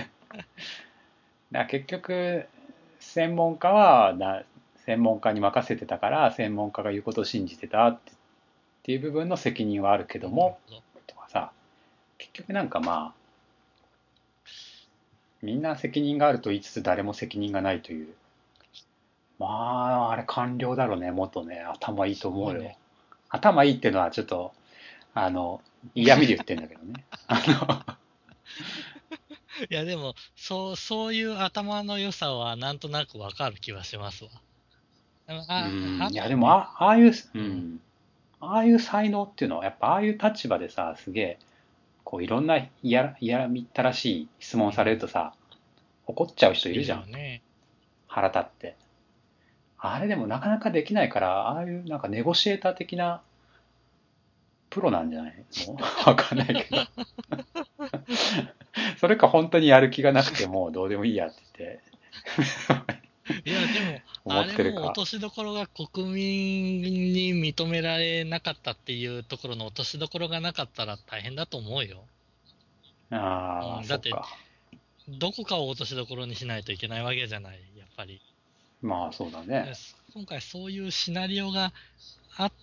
だから結局、専門家はな、専門家に任せてたから、専門家が言うことを信じてたってっていう部分の責任はあるけども、 なるほど。 とかさ、結局なんかまあ、みんな責任があると言いつつ誰も責任がないという。まあ、あれ官僚だろうね、元ね。頭いいと思うよ。 すごいね。 頭いいっていうのはちょっと、あの、嫌味で言ってんだけどね。あいや、でも、そう、そういう頭の良さはなんとなくわかる気はしますわ。あの、 の、うあ、 ん、いやでもあとね、 あ、ああいう、ううん。 ん、ああいう才能っていうのは、やっぱああいう立場でさ、すげえ、こういろんないや、いやらみったらしい質問されるうん。 とさ、怒っちゃう人いいるじゃん。 るよね。 腹立って。あれでもなかなかできないから、ああいうなんかネゴシエーター的なプロなんじゃないの？わかんないけど。それか本当にやる気がなくてもうどうでもいいやって言っていや、でも、 思あれも落ってるか。 としどころが国民に認められなかったっていうところの落としどころがなかったら大変だと思うよ。うああ、 ん。だって、 そっか。 どこかを落としどころにしないといけないわけじゃない、やっぱり。 まあそうだね。 です今回そういうシナリオがあって、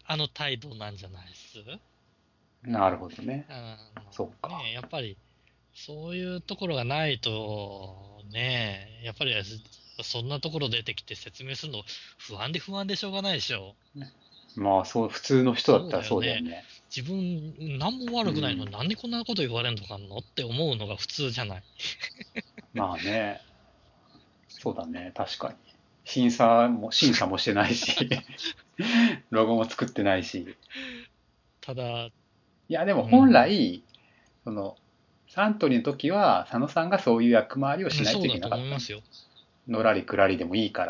あの態度なんじゃないです？ なるほどね。 あそっか。 のね、やっぱり、そういうところがないと、ね、やっぱり、そんなところ出てきて説明するの不安で不安でしょうがないでしょ。 まあそう、普通の人だっそうたらだよね。 そうだよね。 自分、何も悪くないのにうん。 なんでこんなこと言われんのかのって思うのが普通じゃない。 まあね。そうだね。確かに。審査も、審査もしてないし、ロゴも作ってないし。 ただ、 いや、でも本うん、 来、その、サントリーの時は、佐野さんがそういう役回りをしないといけそうだとなかったんだよ。 思いますよ。 のらりくらりでもいいから。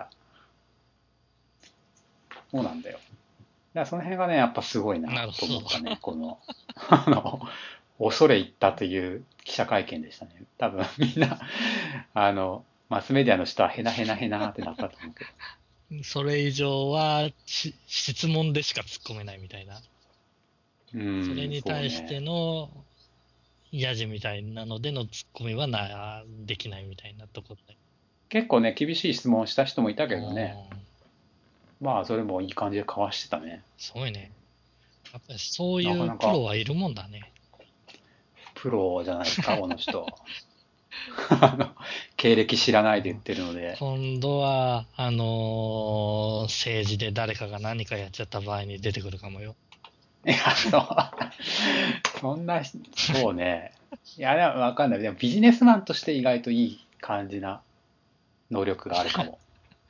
そうなんだよ。だからその辺がね、やっぱすごいなとなるほど。 思ったね。この、あの、恐れ入ったという記者会見でしたね。多分みんな、あの、マスメディアの人はヘナヘナヘナってなったと思うけど。 それ以上はし質問でしか突っ込めないみたいな。 うそれん、 に対してそうね。 のヤジみたいなのでの突っ込みはな、できないみたいなところで。 結構ね、厳しい質問をした人もいたうけどね。 ん、 まあ、それもいい感じでかわしてたね。 すごいね。やっぱりそうないうかなかプロはいるもんだね。 プロじゃないですか、この人。あの経歴知らないで言っうん、 てるので。 今度は、あのー政治で誰かが何かやっちゃった場合に出てくるかもよ。 いや、そう。そんな、そうね。いや、でもわかんない。でもビジネスマンとして意外といい感じな能力があるかも。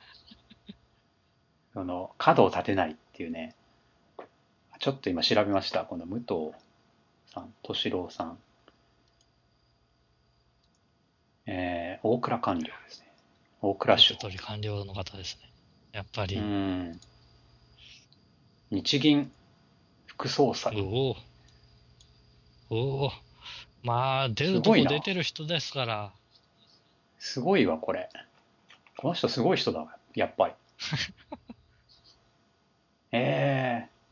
その、角を立てないっていうね。ちょっと今調べました。この武藤さん、敏郎さん、えー、大蔵官僚ですね。大蔵省。 受取完了の方ですね。やっぱうり、 ん。日銀副総裁。 うおおおまあ、出るとすごいな。 こ出てる人ですから、 すごいわ、これ。この人すごい人だ。やっぱり。ええー、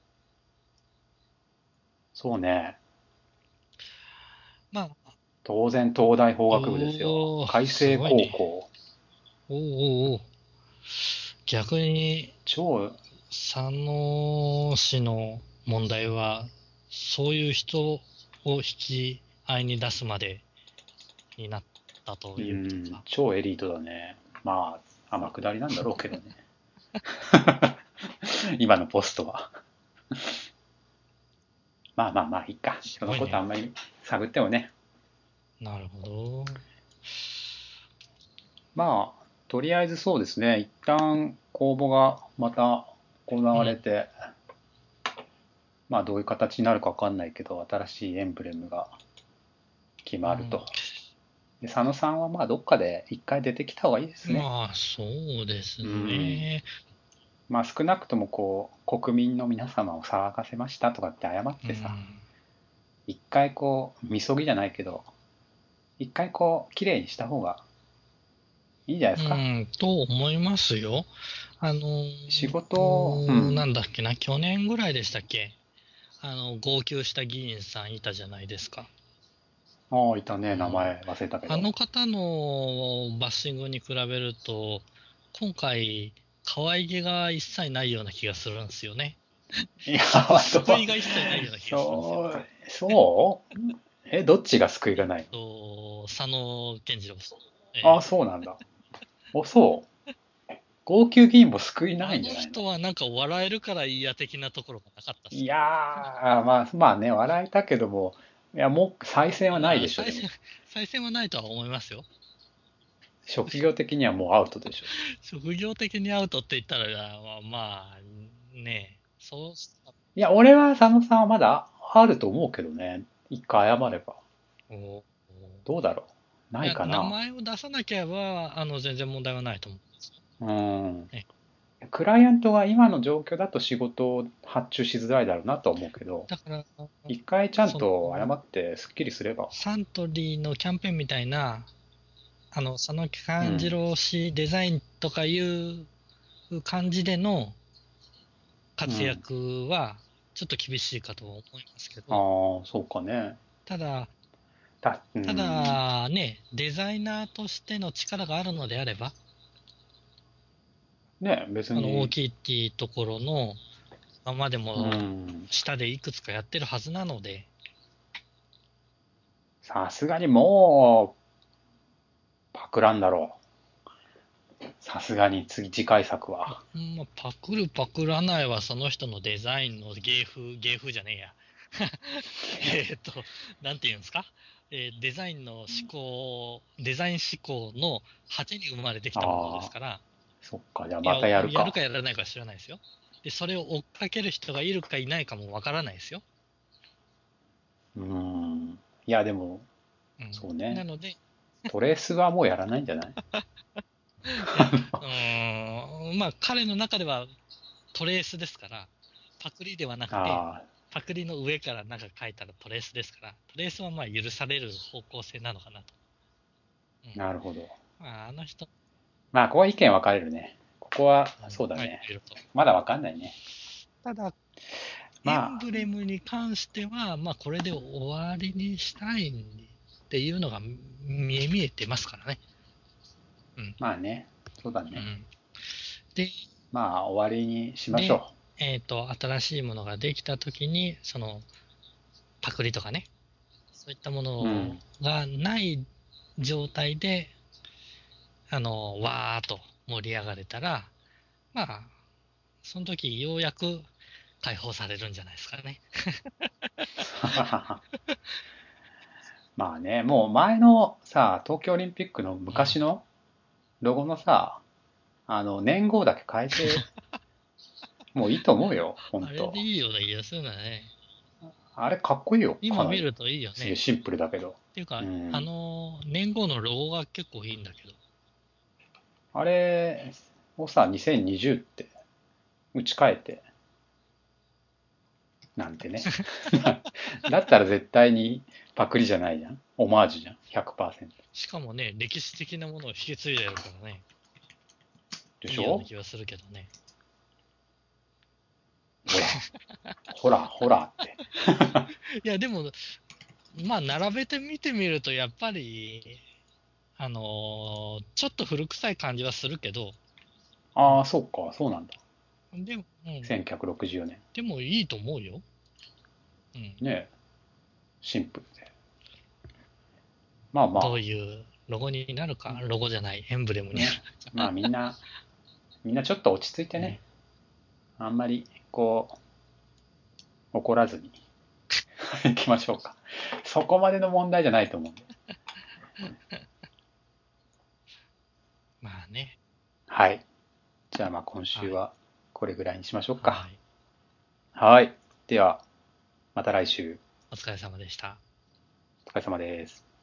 そうね。 まあ、 当然東大法学部ですよ。 おお開成すごいね。 高校。 おーおーおー逆に、 超、 佐野市の問題は、そういう人を引き合いに出すまでになったとういうことん、 か。 超エリートだね。まあ、天下りなんだろうけどね。今のポストは。まあまあまあ、いいか。そのすごいね。 ことあんまり探ってもね。 なるほど。 まあ、とりあえずそうですね。一旦公募がまた行うん。 われて、まあどういう形になるかわかんないけど、新しいエンブレムが決うん。 まると。で、佐野さんはまあどっかで一回出てきた方がいいですね。 まあ、そうですうん。 ね。 まあ少なくともこう、国民の皆様を騒がせましたとかって謝っうてさ、 ん。 一回こう、みそぎじゃないけど、一回こう、綺麗にした方がいいんじゃないですか。 うん、と思いますよ。あの仕事、うー、なん。 んだっけな、去年ぐらいでしたっけ？あの、号泣した議員さんいたじゃないですか。 ああ、いたね、 うん。 名前忘れたけど。 あの方のバッシングに比べると、今回、可愛げが一切ないような気がするんですよね。 いや、 すく、 どう、 救いが一切ないような気がするんですよ。 そう、そうえ、どっちが救いがないの？ と、佐野健次郎さん。 ああ、 えーそうなんだ。お、そう。号泣議員も救いなあいんじゃないの？ の人はなんか笑えるからいいや的なところがなかったっすいか？ やー、まあ、まあね、笑えたけども、いや、もう再選はないまあ、 でしょ、でも。 再選、再選はないとは思いますよ。 職業的にはもうアウトでしょ。 職業的にアウトって言ったら、まあ、まあ、ねえ、そうしたいや、俺は佐野さんはまだあると思うけどね。一回謝れば。 おどうだろう。ないや、 いかな。 名前を出さなければ、あの、全然問題はないと思うんですよ。 うん。 ね。 クライアントが今の状況だと仕事を発注しづらいだろうなと思うけど、 だから、 一回ちゃんそと謝の、 ってスッキリすれば。 サントリーのキャンペーンみたいな、あの、佐野勘次うん。 郎氏デザインとかいう感じでの活うん。 躍は、ちょっと厳しいかと思いますけど、 ああ、そうかね。 ただ、 だ、うたん。 だね、デザイナーとしての力があるのであれば、 ね、別あの、大に、 きいところの、今までうもん。 下でいくつかやってるはずなので、 さすがにもう、パクらんだろう。さすがに次、次回作は。 まあ、パクるパクらないはその人のデザインの芸風、芸風じゃねえや。えっと、なんて言うんですか？えーデザインの思考、デザイン思考の鉢に生まれてきたものですああ、 から、 そっか。じゃあいや、 またやるやるかか。 やらないかは知らないですよ。で、それを追っかける人がいるかいないかもわからないですよ。 うん。いや、でも、 うん。 そうね。 なので、 トレースはもうやらないんじゃない？ いや、うーん、まあ、彼の中ではトレースですから、パクリではなくて、 ああ、 パクリの上からなんか書いたらトレースですから、トレースはまあ許される方向性なのかなと。うん。 なるほど。 まあ、あの人、 まあ、ここは意見分かれるね。ここは、 うん、まあ、いそうだね。 ろいろと。 まだ分かんないね。 ただ、エンまあ、 ブレムに関しては、まあ、これで終わりにしたいっていうのが見え見えてますからね。うん。 まあね。そうだね。 うん。で、 まあ、終わりにしましで、 ょえっと、新しいものができたときに、その、パクリとかね、そういったもう。うのん。 がない状態で、あの、わーっと盛り上がれたら、まあ、その時ようやく解放されるんじゃないですかね。 まあね、もう前のさ、東京オリンピックのうん。 昔のロゴのさ、あの、年号だけ変えて、もういいと思うよ、ほんあれと。 でいいような気がするんだね。 あれかっこいいよ、かなり。 今見るといいよね。 すげえシンプルだけど。 っていうか、あうん。 のー年号のロゴが結構いいんだけど。 あれをさ、にせんにじゅうって打ち替えて、なんてね。だったら絶対にパクリじゃないじゃん。オマージュじゃん。ひゃくパーセント。 しかもね、歴史的なものを引き継いでるからね。いいようなでしょ？ 気がするけどね。 ほら、ほら、ほらって。 いや、でも、まあ、並べてみてみると、やっぱり、あのーちょっと古臭い感じはするけど、 ああ、そうか、そうなんだ。 うん。でも、うん。 せんきゅうひゃくろくじゅうよねん。 でもいいと思うよ。うん。 ねえ、シンプルで。まあまどういうロゴになるか、ロゴじゃない、エンブレムあ、 になるね。まあみんな、みんなちょっと落ち着いてかね。 ね。あんまり、こう、怒らずに行きましょうか。そこまでの問題じゃないと思うんで。 まあね。 はい。じゃあまあ今はい。 週はこれぐらいにしましょうか。 はい。 はい。では、また来週。 お疲れ様でした。 お疲れ様です。